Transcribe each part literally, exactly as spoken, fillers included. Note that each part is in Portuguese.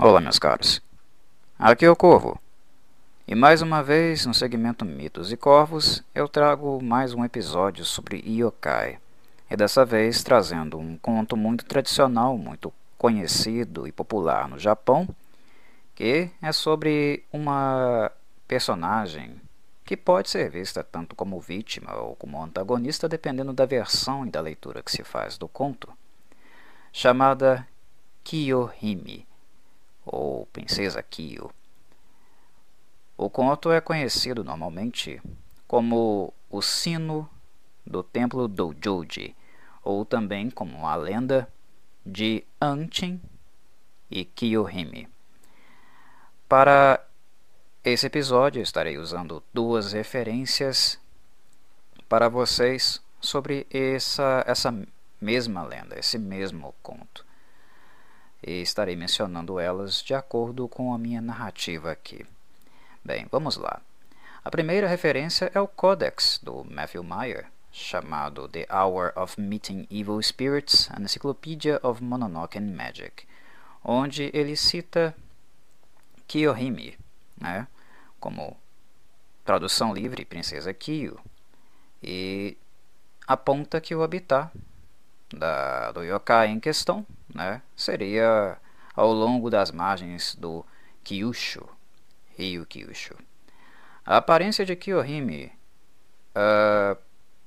Olá, meus caros. Aqui é o Corvo. E mais uma vez, no segmento Mitos e Corvos, eu trago mais um episódio sobre Yokai. E dessa vez trazendo um conto muito tradicional, muito conhecido e popular no Japão, que é sobre uma personagem que pode ser vista tanto como vítima ou como antagonista, dependendo da versão e da leitura que se faz do conto, chamada Kiyohime, ou Princesa Kiyo. O conto é conhecido normalmente como o sino do templo Dojoji, ou também como a lenda de Anchin e Kiyohime. Para esse episódio estarei usando duas referências para vocês sobre essa, essa mesma lenda, esse mesmo conto. E estarei mencionando elas de acordo com a minha narrativa aqui. Bem, vamos lá. A primeira referência é o Codex do Matthew Meyer, chamado The Hour of Meeting Evil Spirits, an Encyclopedia of Mononoke and Magic, onde ele cita Kiyohime, né, como tradução livre, Princesa Kiyo, e aponta que o habitat da, do yokai em questão, né, seria ao longo das margens do Kyushu, Rio Kyushu. A aparência de Kiyohime, uh,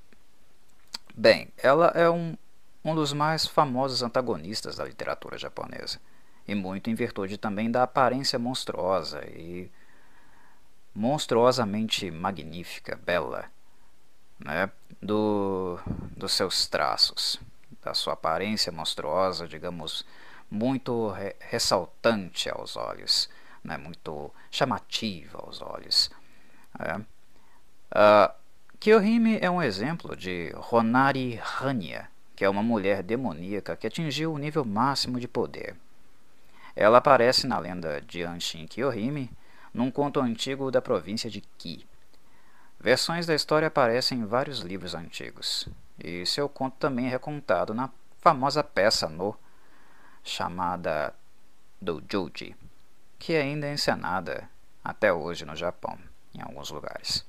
bem, ela é um, um dos mais famosos antagonistas da literatura japonesa, e muito em virtude também da aparência monstruosa e monstruosamente magnífica, bela, né, do, dos seus traços, da sua aparência monstruosa, digamos, muito re ressaltante aos olhos, né, muito chamativa aos olhos. É. Uh, Kiyohime é um exemplo de Honari Hanya, que é uma mulher demoníaca que atingiu o nível máximo de poder. Ela aparece na lenda de Anshin Kiyohime, num conto antigo da província de Ki. Versões da história aparecem em vários livros antigos, e seu conto também é recontado na famosa peça no chamada Dojoji, que ainda é encenada até hoje no Japão, em alguns lugares.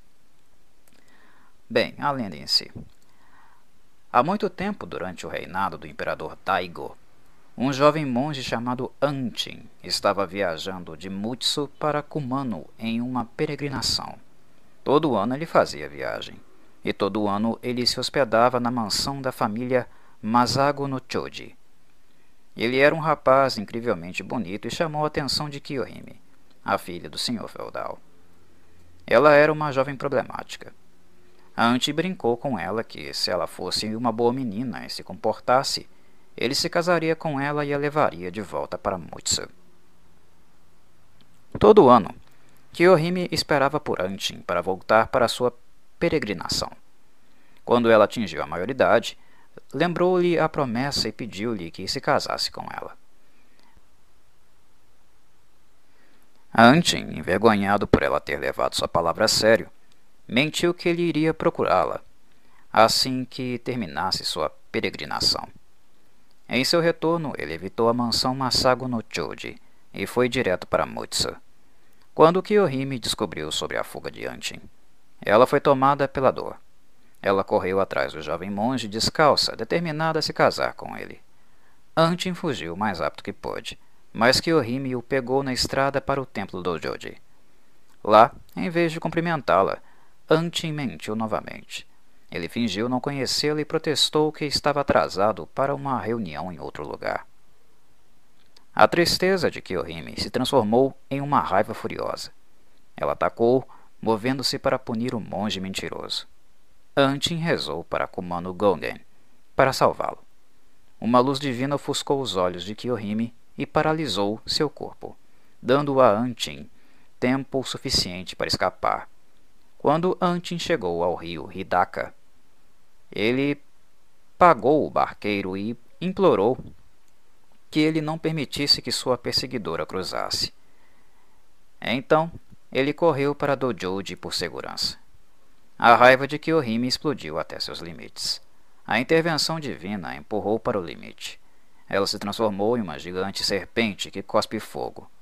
Bem, a lenda em si. Há muito tempo, durante o reinado do imperador Daigo, um jovem monge chamado Anchin estava viajando de Mutsu para Kumano em uma peregrinação. Todo ano ele fazia a viagem, e todo ano ele se hospedava na mansão da família Masago no Choji. Ele era um rapaz incrivelmente bonito e chamou a atenção de Kiyohime, a filha do senhor feudal. Ela era uma jovem problemática. Anchin brincou com ela que, se ela fosse uma boa menina e se comportasse, ele se casaria com ela e a levaria de volta para Mutsu. Todo ano, Kiyohime esperava por Anchin para voltar para sua peregrinação. Quando ela atingiu a maioridade, lembrou-lhe a promessa e pediu-lhe que se casasse com ela. Anchin, envergonhado por ela ter levado sua palavra a sério, mentiu que ele iria procurá-la assim que terminasse sua peregrinação. Em seu retorno, ele evitou a mansão Masago no Choji e foi direto para Mutsu. Quando Kiyohime descobriu sobre a fuga de Anchin, ela foi tomada pela dor. Ela correu atrás do jovem monge descalça, determinada a se casar com ele. Anchin fugiu o mais rápido que pôde, mas Kiyohime o pegou na estrada para o templo Dojoji. Lá, em vez de cumprimentá-la, Anchin mentiu novamente. Ele fingiu não conhecê-la e protestou que estava atrasado para uma reunião em outro lugar. A tristeza de Kiyohime se transformou em uma raiva furiosa. Ela atacou, movendo-se para punir o monge mentiroso. Anchin rezou para Kumano Gongen para salvá-lo. Uma luz divina ofuscou os olhos de Kiyohime e paralisou seu corpo, dando a Anchin tempo suficiente para escapar. Quando Anchin chegou ao rio Hidaka, ele pagou o barqueiro e implorou que ele não permitisse que sua perseguidora cruzasse. Então, ele correu para Dojoji por segurança. A raiva de Kiyohime explodiu até seus limites. A intervenção divina a empurrou para o limite. Ela se transformou em uma gigante serpente que cospe fogo,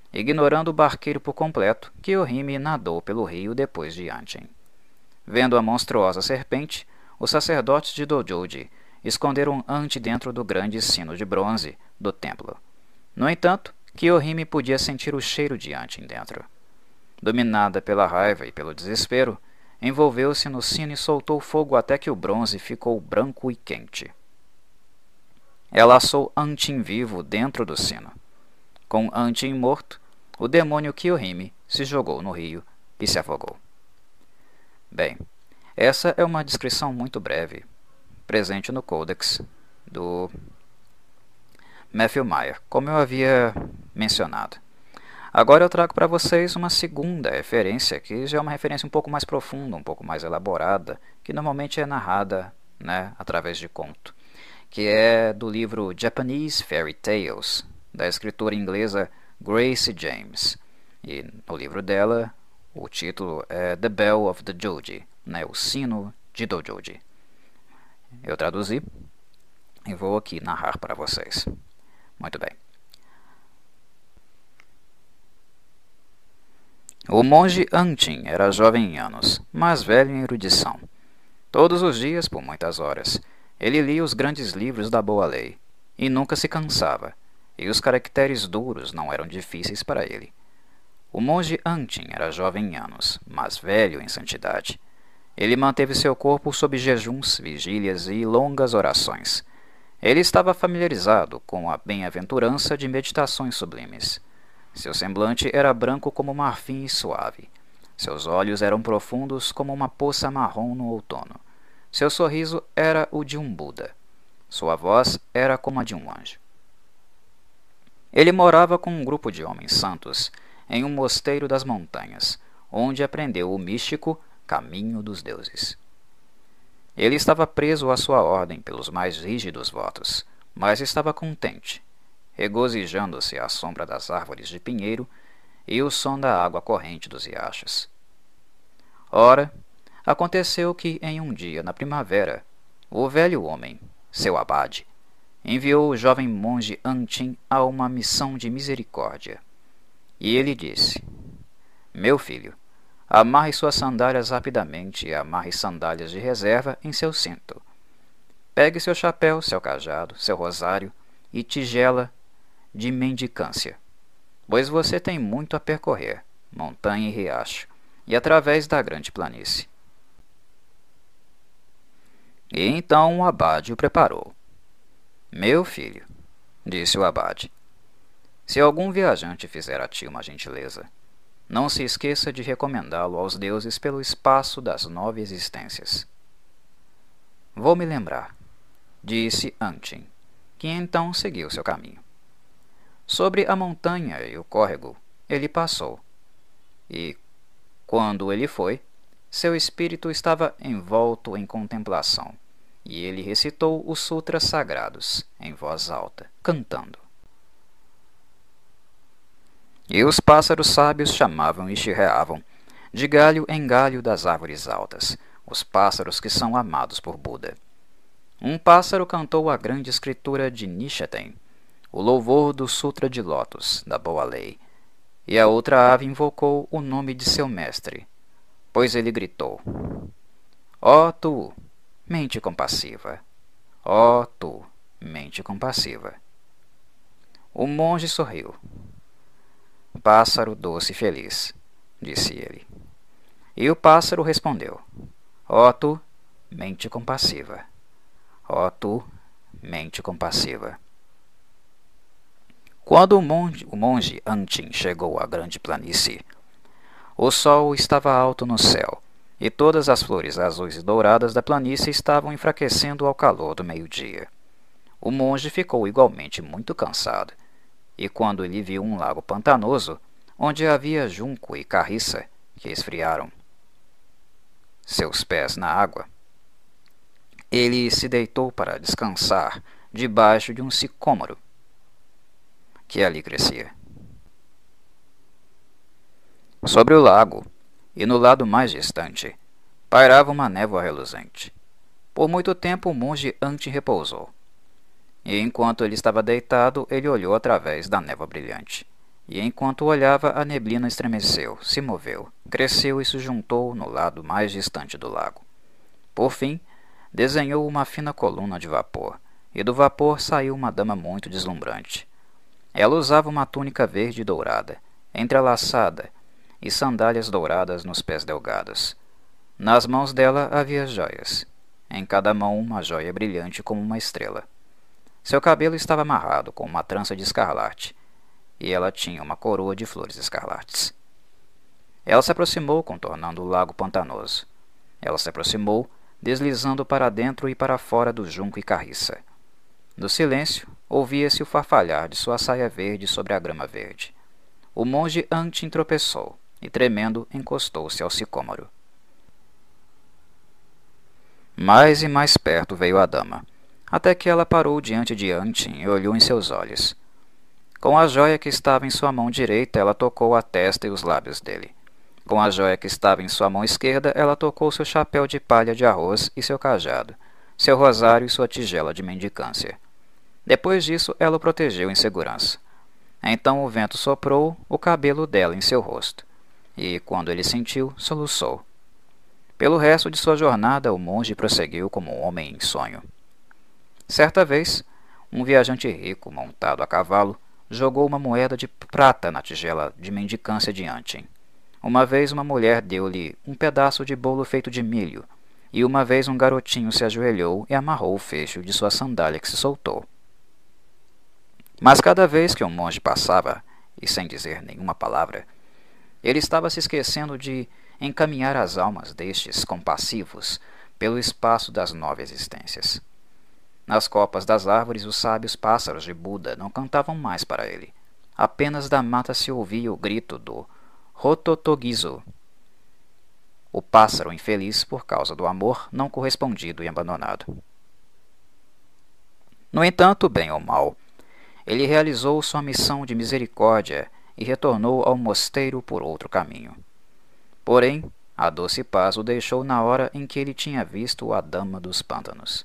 Ignorando o barqueiro por completo, Kiyohime nadou pelo rio depois de Antin. Vendo a monstruosa serpente, os sacerdotes de Dojoji esconderam Antin dentro do grande sino de bronze do templo. No entanto, Kiyohime podia sentir o cheiro de Antin dentro. Dominada pela raiva e pelo desespero, envolveu-se no sino e soltou fogo até que o bronze ficou branco e quente. Ela assou Antin vivo dentro do sino. Com Antin morto, o demônio Kiyohime se jogou no rio e se afogou. Bem, essa é uma descrição muito breve, presente no Codex do Matthew Meyer, como eu havia mencionado. Agora eu trago para vocês uma segunda referência, que já é uma referência um pouco mais profunda, um pouco mais elaborada, que normalmente é narrada, né, através de conto, que é do livro Japanese Fairy Tales, da escritora inglesa Grace James. E no livro dela, o título é The Bell of the Dojoji, né, o sino de Dojoji. Eu traduzi e vou aqui narrar para vocês. Muito bem. O monge Antin era jovem em anos, mas velho em erudição. Todos os dias, por muitas horas, ele lia os grandes livros da boa lei, e nunca se cansava, e os caracteres duros não eram difíceis para ele. O monge Antin era jovem em anos, mas velho em santidade. Ele manteve seu corpo sob jejuns, vigílias e longas orações. Ele estava familiarizado com a bem-aventurança de meditações sublimes. Seu semblante era branco como marfim e suave. Seus olhos eram profundos como uma poça marrom no outono. Seu sorriso era o de um Buda. Sua voz era como a de um anjo. Ele morava com um grupo de homens santos em um mosteiro das montanhas, onde aprendeu o místico caminho dos deuses. Ele estava preso à sua ordem pelos mais rígidos votos, mas estava contente, regozijando-se à sombra das árvores de pinheiro e o som da água corrente dos riachos. Ora, aconteceu que em um dia na primavera, o velho homem, seu abade, enviou o jovem monge Antin a uma missão de misericórdia. E ele disse: Meu filho, amarre suas sandálias rapidamente e amarre sandálias de reserva em seu cinto. Pegue seu chapéu, seu cajado, seu rosário e tigela de mendicância, pois você tem muito a percorrer, montanha e riacho, e através da grande planície. E então o abade o preparou. Meu filho, disse o abade, se algum viajante fizer a ti uma gentileza, não se esqueça de recomendá-lo aos deuses pelo espaço das nove existências. Vou me lembrar, disse Antin, que então seguiu seu caminho. Sobre a montanha e o córrego ele passou, e, quando ele foi, seu espírito estava envolto em contemplação, e ele recitou os sutras sagrados, em voz alta, cantando. E os pássaros sábios chamavam e chirreavam, de galho em galho das árvores altas, os pássaros que são amados por Buda. Um pássaro cantou a grande escritura de Nichiren, o louvor do Sutra de Lótus, da boa lei, e a outra ave invocou o nome de seu mestre, pois ele gritou: Ó tu, mente compassiva! Ó tu, mente compassiva! O monge sorriu. Pássaro doce e feliz, disse ele. E o pássaro respondeu: Ó tu, mente compassiva! Ó tu, mente compassiva! Quando o monge, o monge Antin chegou à grande planície, o sol estava alto no céu, e todas as flores azuis e douradas da planície estavam enfraquecendo ao calor do meio-dia. O monge ficou igualmente muito cansado, e quando ele viu um lago pantanoso, onde havia junco e carriça que esfriaram seus pés na água, ele se deitou para descansar debaixo de um sicômoro que ali crescia. Sobre o lago, e no lado mais distante, pairava uma névoa reluzente. Por muito tempo o monge Antin repousou, e enquanto ele estava deitado, ele olhou através da névoa brilhante, e enquanto olhava a neblina estremeceu, se moveu, cresceu e se juntou no lado mais distante do lago. Por fim, desenhou uma fina coluna de vapor, e do vapor saiu uma dama muito deslumbrante. Ela usava uma túnica verde e dourada, entrelaçada, e sandálias douradas nos pés delgados. Nas mãos dela havia joias, em cada mão uma joia brilhante como uma estrela. Seu cabelo estava amarrado com uma trança de escarlate, e ela tinha uma coroa de flores escarlates. Ela se aproximou, contornando o lago pantanoso. Ela se aproximou, deslizando para dentro e para fora do junco e carriça. No silêncio, ouvia-se o farfalhar de sua saia verde sobre a grama verde. O monge Antin tropeçou, e tremendo encostou-se ao sicômoro. Mais e mais perto veio a dama, até que ela parou diante de Antin e olhou em seus olhos. Com a joia que estava em sua mão direita, ela tocou a testa e os lábios dele. Com a joia que estava em sua mão esquerda, ela tocou seu chapéu de palha de arroz e seu cajado, seu rosário e sua tigela de mendicância. Depois disso, ela o protegeu em segurança. Então o vento soprou o cabelo dela em seu rosto, e, quando ele sentiu, soluçou. Pelo resto de sua jornada, o monge prosseguiu como um homem em sonho. Certa vez, um viajante rico, montado a cavalo, jogou uma moeda de prata na tigela de mendicância de Antin. Uma vez uma mulher deu-lhe um pedaço de bolo feito de milho, e uma vez um garotinho se ajoelhou e amarrou o fecho de sua sandália que se soltou. Mas cada vez que um monge passava, e sem dizer nenhuma palavra, ele estava se esquecendo de encaminhar as almas destes compassivos pelo espaço das nove existências. Nas copas das árvores, os sábios pássaros de Buda não cantavam mais para ele. Apenas da mata se ouvia o grito do Hototogizo, o pássaro infeliz por causa do amor não correspondido e abandonado. No entanto, bem ou mal, ele realizou sua missão de misericórdia e retornou ao mosteiro por outro caminho. Porém, a doce paz o deixou na hora em que ele tinha visto a Dama dos Pântanos.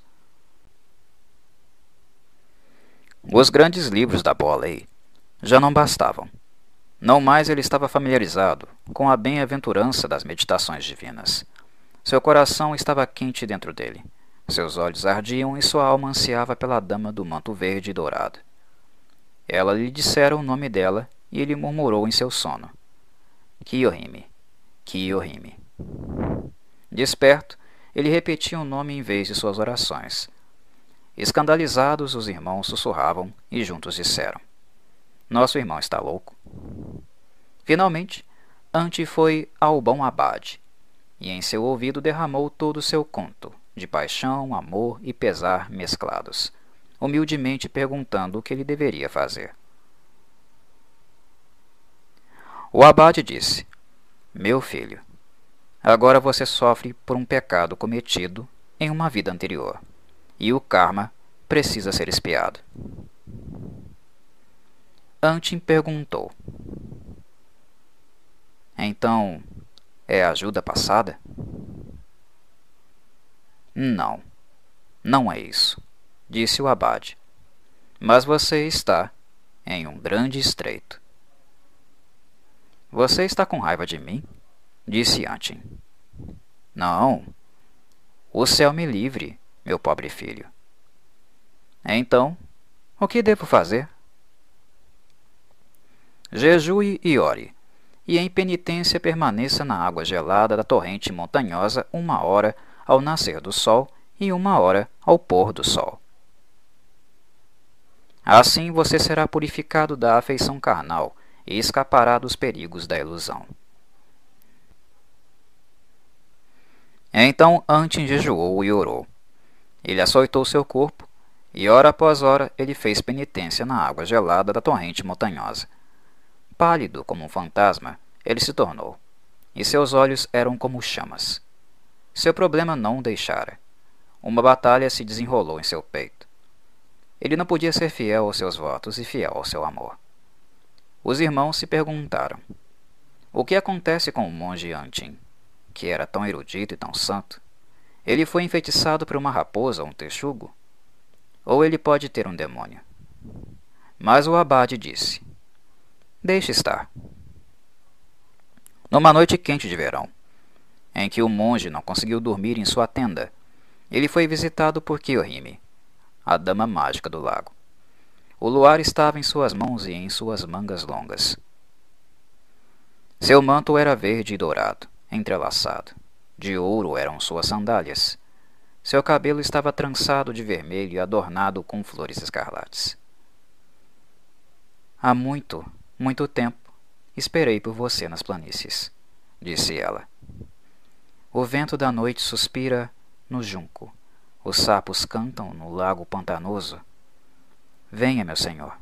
Os grandes livros da boa lei já não bastavam. Não mais ele estava familiarizado com a bem-aventurança das meditações divinas. Seu coração estava quente dentro dele. Seus olhos ardiam e sua alma ansiava pela dama do manto verde e dourado. Ela lhe dissera o nome dela e ele murmurou em seu sono: Kiyohime, Kiyohime. Desperto, ele repetia o nome em vez de suas orações. Escandalizados, os irmãos sussurravam e juntos disseram: Nosso irmão está louco. Finalmente, Antin foi ao bom abade, e em seu ouvido derramou todo o seu conto, de paixão, amor e pesar mesclados, humildemente perguntando o que ele deveria fazer. O abade disse: Meu filho, agora você sofre por um pecado cometido em uma vida anterior, e o karma precisa ser expiado. Antin perguntou: Então, é ajuda passada? Não, não é isso, disse o abade. Mas você está em um grande estreito. Você está com raiva de mim? Disse Antin. Não, o céu me livre, meu pobre filho. Então, o que devo fazer? Jejue e ore, e em penitência permaneça na água gelada da torrente montanhosa uma hora ao nascer do sol e uma hora ao pôr do sol. Assim você será purificado da afeição carnal e escapará dos perigos da ilusão. Então Antin jejuou e orou. Ele açoitou seu corpo, e hora após hora ele fez penitência na água gelada da torrente montanhosa. Pálido como um fantasma, ele se tornou, e seus olhos eram como chamas. Seu problema não o deixara. Uma batalha se desenrolou em seu peito. Ele não podia ser fiel aos seus votos e fiel ao seu amor. Os irmãos se perguntaram: o que acontece com o monge Antin, que era tão erudito e tão santo? Ele foi enfeitiçado por uma raposa ou um texugo? Ou ele pode ter um demônio? Mas o abade disse: Deixe estar. Numa noite quente de verão, em que o monge não conseguiu dormir em sua tenda, ele foi visitado por Kiyohime, a dama mágica do lago. O luar estava em suas mãos e em suas mangas longas. Seu manto era verde e dourado, entrelaçado. De ouro eram suas sandálias. Seu cabelo estava trançado de vermelho e adornado com flores escarlates. Há muito, muito tempo, esperei por você nas planícies, disse ela. O vento da noite suspira no junco. Os sapos cantam no lago pantanoso. Venha, meu senhor.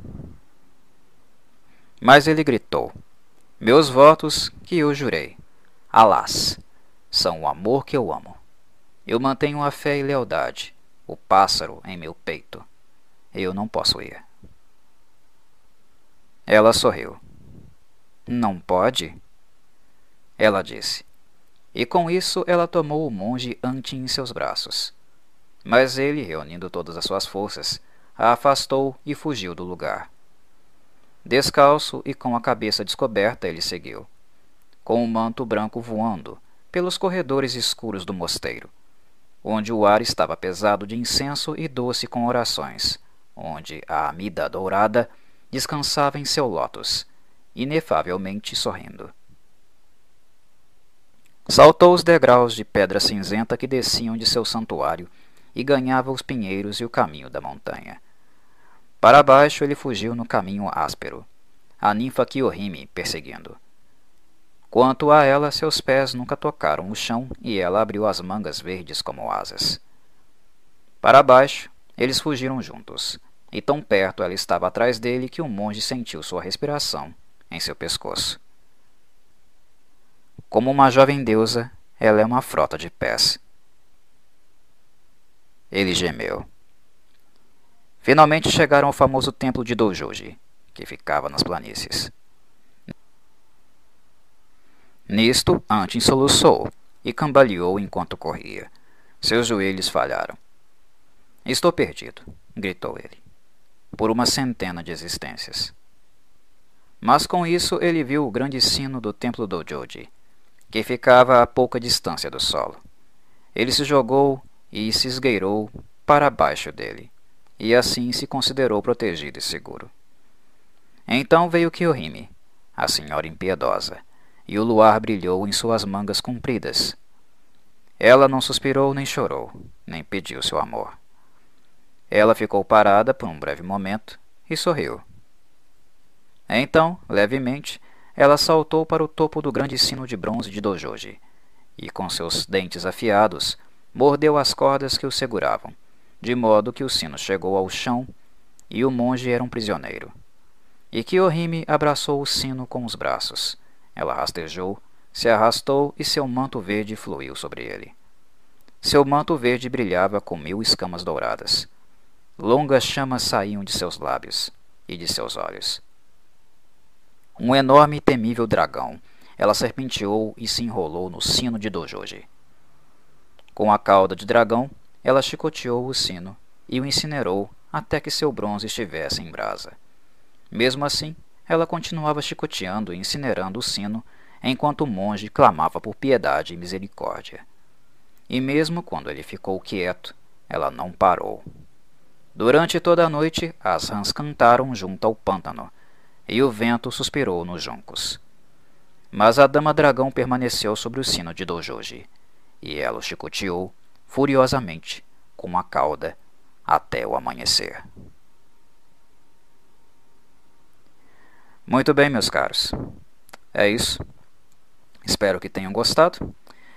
Mas ele gritou: meus votos que eu jurei, alás, são o amor que eu amo. Eu mantenho a fé e lealdade, o pássaro em meu peito. Eu não posso ir. Ela sorriu. Não pode? Ela disse. E com isso ela tomou o monge Antin em seus braços. Mas ele, reunindo todas as suas forças, a afastou e fugiu do lugar. Descalço e com a cabeça descoberta, ele seguiu, com o manto branco voando, pelos corredores escuros do mosteiro, onde o ar estava pesado de incenso e doce com orações, onde a Amida dourada descansava em seu lótus, inefavelmente sorrindo. Saltou os degraus de pedra cinzenta que desciam de seu santuário e ganhava os pinheiros e o caminho da montanha. Para baixo ele fugiu no caminho áspero, a ninfa Kiyohime perseguindo. Quanto a ela, seus pés nunca tocaram o chão e ela abriu as mangas verdes como asas. Para baixo, eles fugiram juntos, e tão perto ela estava atrás dele que o monge sentiu sua respiração em seu pescoço. Como uma jovem deusa, ela é uma frota de pés. Ele gemeu. Finalmente chegaram ao famoso templo de Dojoji, que ficava nas planícies. Nisto, Antin soluçou e cambaleou enquanto corria. Seus joelhos falharam. Estou perdido, gritou ele, por uma centena de existências. Mas com isso ele viu o grande sino do templo Dojoji, que ficava a pouca distância do solo. Ele se jogou e se esgueirou para baixo dele, e assim se considerou protegido e seguro. Então veio Kiyohime, a senhora impiedosa, e o luar brilhou em suas mangas compridas. Ela não suspirou nem chorou, nem pediu seu amor. Ela ficou parada por um breve momento e sorriu. Então, levemente, ela saltou para o topo do grande sino de bronze de Dojoji, e com seus dentes afiados, mordeu as cordas que o seguravam, de modo que o sino chegou ao chão e o monge era um prisioneiro. E Kiyohime abraçou o sino com os braços. Ela rastejou, se arrastou e seu manto verde fluiu sobre ele. Seu manto verde brilhava com mil escamas douradas. Longas chamas saíam de seus lábios e de seus olhos. Um enorme e temível dragão, ela serpenteou e se enrolou no sino de Dojoji. Com a cauda de dragão, ela chicoteou o sino e o incinerou até que seu bronze estivesse em brasa. Mesmo assim, ela continuava chicoteando e incinerando o sino, enquanto o monge clamava por piedade e misericórdia. E mesmo quando ele ficou quieto, ela não parou. Durante toda a noite, as rãs cantaram junto ao pântano, e o vento suspirou nos juncos. Mas a dama dragão permaneceu sobre o sino de Dojoji, e ela o chicoteou furiosamente com a cauda até o amanhecer. Muito bem, meus caros. É isso. Espero que tenham gostado.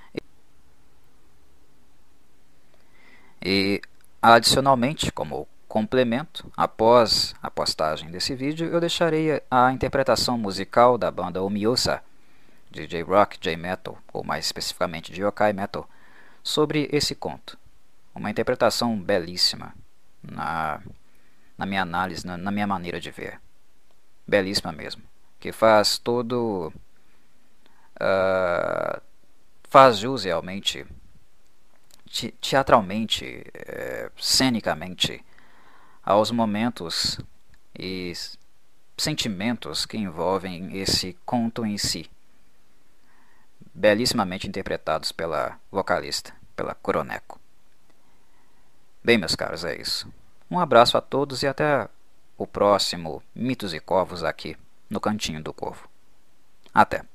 E, adicionalmente, como complemento, após a postagem desse vídeo, eu deixarei a interpretação musical da banda Omiosa, de J-Rock, J-Metal, ou mais especificamente de Yokai Metal, sobre esse conto. Uma interpretação belíssima, na, na minha análise, na, na minha maneira de ver. Belíssima mesmo. Que faz todo... Uh, faz jus realmente, te, teatralmente, é, cenicamente, aos momentos e sentimentos que envolvem esse conto em si, belíssimamente interpretados pela vocalista, pela Kuroneko. Bem, meus caros, é isso. Um abraço a todos e até o próximo Mitos e Corvos aqui no Cantinho do Corvo. Até!